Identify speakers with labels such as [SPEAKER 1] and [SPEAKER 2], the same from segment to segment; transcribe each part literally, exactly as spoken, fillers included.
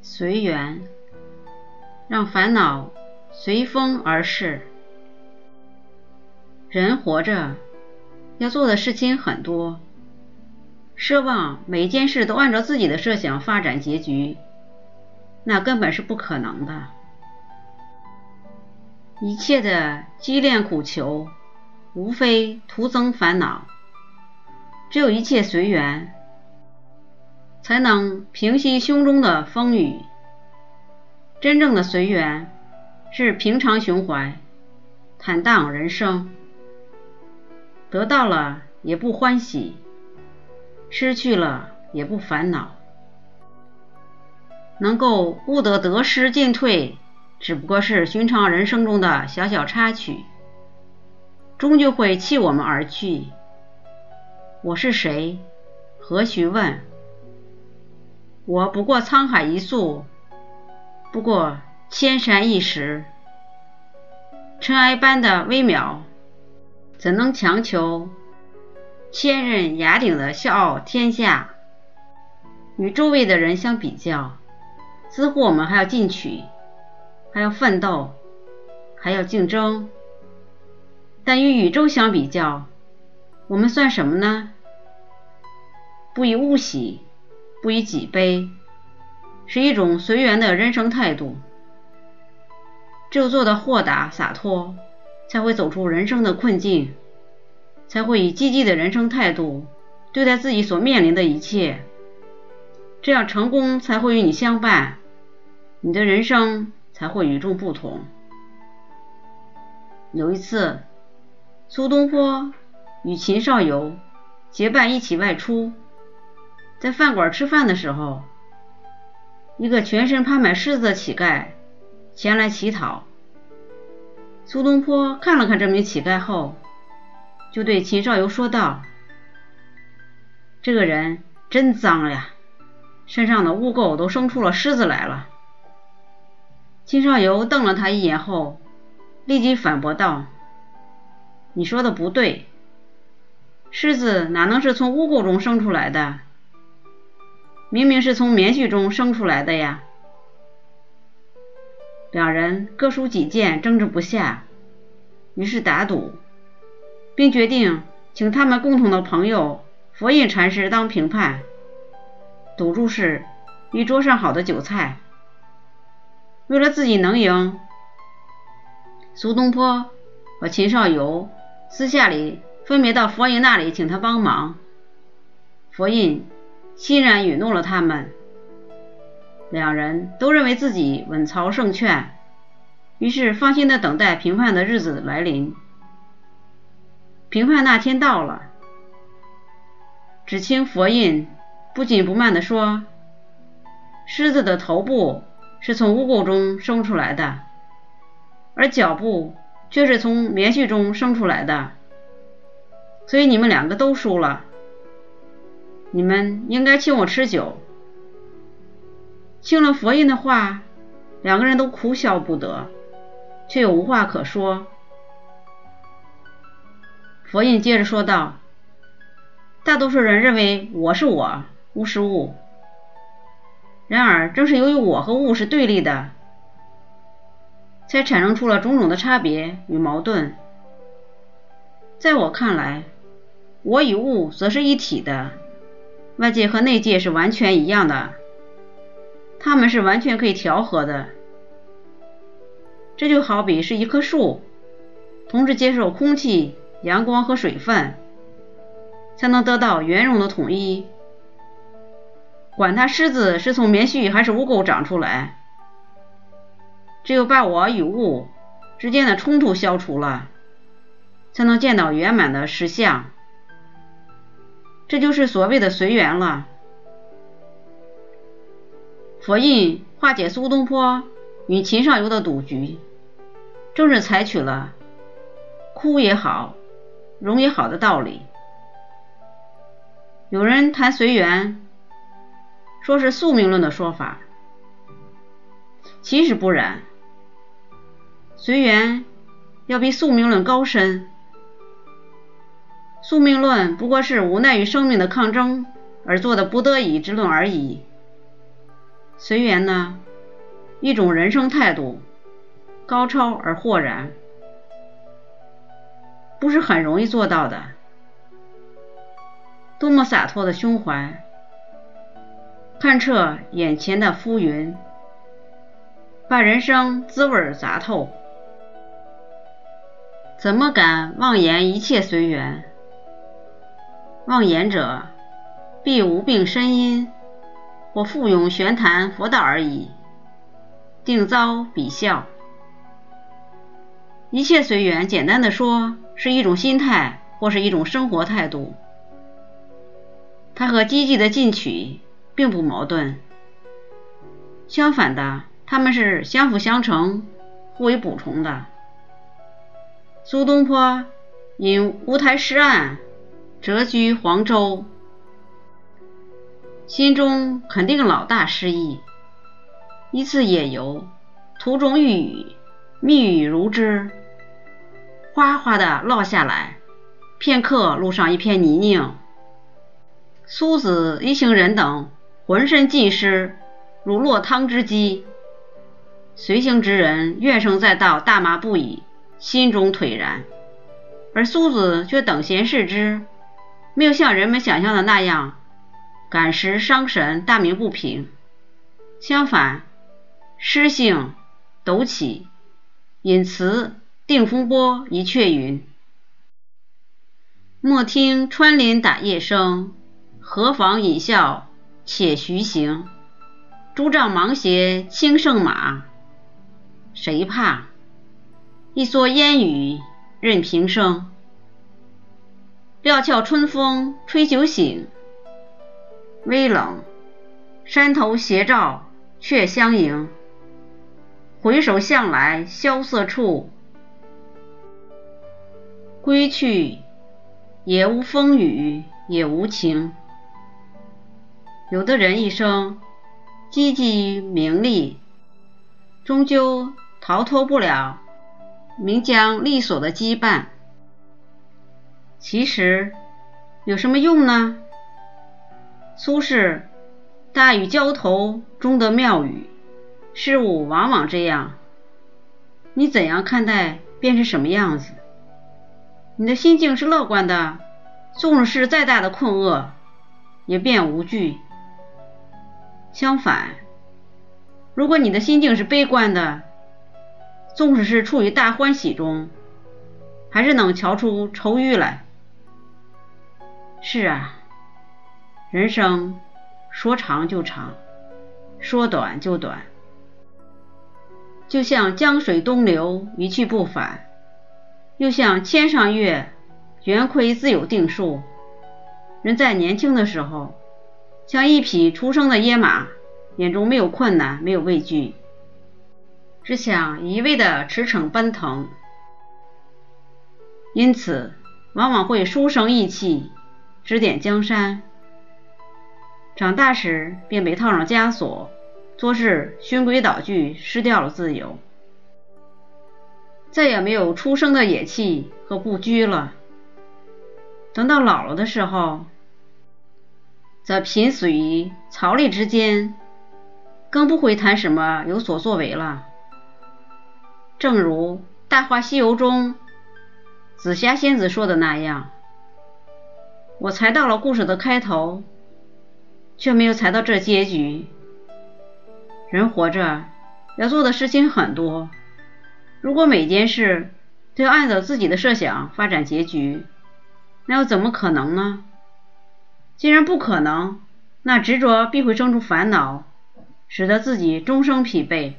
[SPEAKER 1] 随缘，让烦恼随风而逝。人活着要做的事情很多，奢望每一件事都按照自己的设想发展结局，那根本是不可能的。一切的激恋苦求，无非徒增烦恼。只有一切随缘，才能平息胸中的风雨。真正的随缘是平常胸怀，坦荡人生。得到了也不欢喜，失去了也不烦恼。能够悟得得失进退，只不过是寻常人生中的小小插曲，终究会弃我们而去。我是谁？何须问？我不过沧海一粟，不过千山一石。尘埃般的微渺，怎能强求千仞崖顶的笑傲天下？与周围的人相比较，似乎我们还要进取，还要奋斗，还要竞争。但与宇宙相比较，我们算什么呢？不以物喜，不以己悲，是一种随缘的人生态度。只有做得豁达洒脱，才会走出人生的困境，才会以积极的人生态度对待自己所面临的一切。这样成功才会与你相伴，你的人生才会与众不同。有一次，苏东坡与秦少游结伴一起外出，在饭馆吃饭的时候，一个全身攀满虱子的乞丐前来乞讨。苏东坡看了看这名乞丐后，就对秦少游说道：这个人真脏呀，身上的污垢都生出了虱子来了。秦少游瞪了他一眼后，立即反驳道：你说的不对，虱子哪能是从污垢中生出来的？明明是从棉絮中生出来的呀。两人各抒己见，争执不下，于是打赌，并决定请他们共同的朋友佛印禅师当评判。赌注是一桌上好的酒菜。为了自己能赢，苏东坡和秦少游私下里分别到佛印那里请他帮忙。佛印欣然允诺了他们，两人都认为自己稳操胜券，于是放心地等待评判的日子来临。评判那天到了，只听佛印不紧不慢地说，狮子的头部是从污垢中生出来的，而脚部却是从棉絮中生出来的，所以你们两个都输了。你们应该请我吃酒。听了佛印的话，两个人都哭笑不得，却又无话可说。佛印接着说道：大多数人认为我是我，物是物，然而正是由于我和物是对立的，才产生出了种种的差别与矛盾。在我看来，我与物则是一体的，外界和内界是完全一样的，它们是完全可以调和的。这就好比是一棵树，同时接受空气、阳光和水分，才能得到圆融的统一。管它虱子是从棉絮还是污垢长出来，只有把我与物之间的冲突消除了，才能见到圆满的实相。这就是所谓的随缘了。佛印化解苏东坡与秦少游的赌局，正是采取了哭也好，荣也好的道理。有人谈随缘，说是宿命论的说法，其实不然，随缘要比宿命论高深。宿命论不过是无奈于生命的抗争而做的不得已之论而已， 随缘呢，一种人生态度，高超而豁然，不是很容易做到的。多么洒脱的胸怀，看彻眼前的浮云，把人生滋味杂透。怎么敢妄言一切随缘？妄言者，必无病呻吟，或附庸玄谈佛道而已，定遭鄙笑。一切随缘，简单的说，是一种心态，或是一种生活态度。它和积极的进取并不矛盾，相反的，它们是相辅相成，互为补充的。苏东坡因乌台诗案谪居黄州，心中肯定老大诗意。一次野游，途中遇雨，密雨如织，哗哗地落下来，片刻路上一片泥泞。苏子一行人等浑身浸湿，如落汤之鸡。随行之人怨声载道，大骂不已，心中颓然。而苏子却等闲视之，没有像人们想象的那样感时伤神，大鸣不平。相反，诗兴陡起，引词定风波一阙云：莫听穿林打叶声，何妨吟啸且徐行。诸丈芒鞋轻胜马，谁怕？一蓑烟雨任平生。料峭春风吹酒醒，微冷，山头斜照却相迎。回首向来萧瑟处，归去也无风雨也无晴。有的人一生积极于名利，终究逃脱不了名将利锁的羁绊。其实有什么用呢？苏轼大雨浇头中的妙语，事物往往这样，你怎样看待便是什么样子。你的心境是乐观的，纵使再大的困厄也便无惧。相反，如果你的心境是悲观的，纵使是处于大欢喜中，还是能瞧出愁郁来。是啊，人生说长就长，说短就短，就像江水东流，一去不返，又像天上月，圆亏自有定数。人在年轻的时候，像一匹初生的野马，眼中没有困难，没有畏惧，只想一味的驰骋奔腾，因此往往会书生意气，指点江山。长大时便被套上枷锁，做事循规蹈矩，失掉了自由，再也没有出生的野气和不拘了。等到老了的时候，则贫死于槽枥之间，更不会谈什么有所作为了。正如《大话西游》中紫霞仙子说的那样，我猜到了故事的开头，却没有猜到这结局。人活着要做的事情很多，如果每件事都要按照自己的设想发展结局，那又怎么可能呢？既然不可能，那执着必会生出烦恼，使得自己终生疲惫。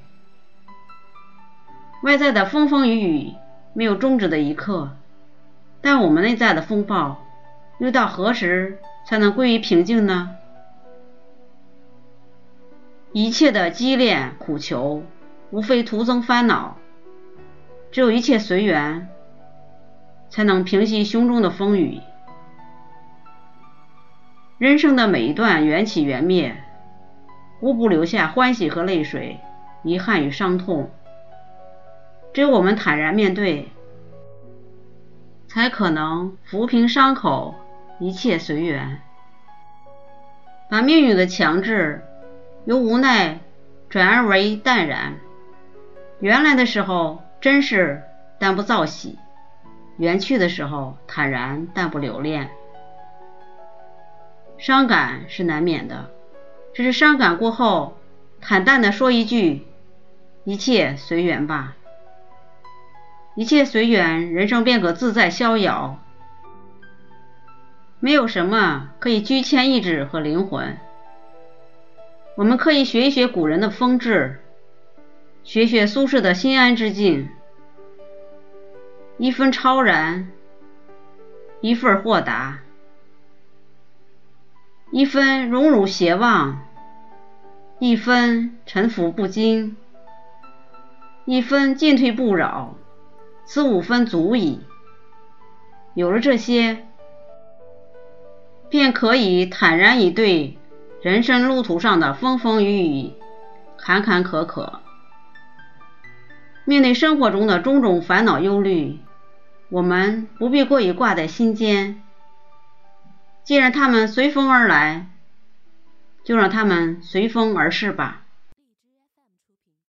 [SPEAKER 1] 外在的风风雨雨没有终止的一刻，但我们内在的风暴又到何时才能归于平静呢？一切的激恋苦求，无非徒增烦恼，只有一切随缘，才能平息胸中的风雨。人生的每一段缘起缘灭，无不留下欢喜和泪水，遗憾与伤痛。只有我们坦然面对，才可能抚平伤口，一切随缘。把命运的强制由无奈转而为淡然。原来的时候真实但不躁喜，远去的时候坦然但不留恋。伤感是难免的，只是伤感过后，坦淡地说一句：一切随缘吧。一切随缘，人生便可自在逍遥。没有什么可以拘牵意志和灵魂。我们可以学一学古人的风致，学学苏轼的心安之境，一分超然，一份豁达，一分荣辱偕忘，一分沉浮不惊，一分进退不扰，此五分足矣。有了这些，便可以坦然以对人生路途上的风风雨雨、坎坎坷坷。面对生活中的种种烦恼忧虑，我们不必过于挂在心间。既然它们随风而来，就让它们随风而逝吧。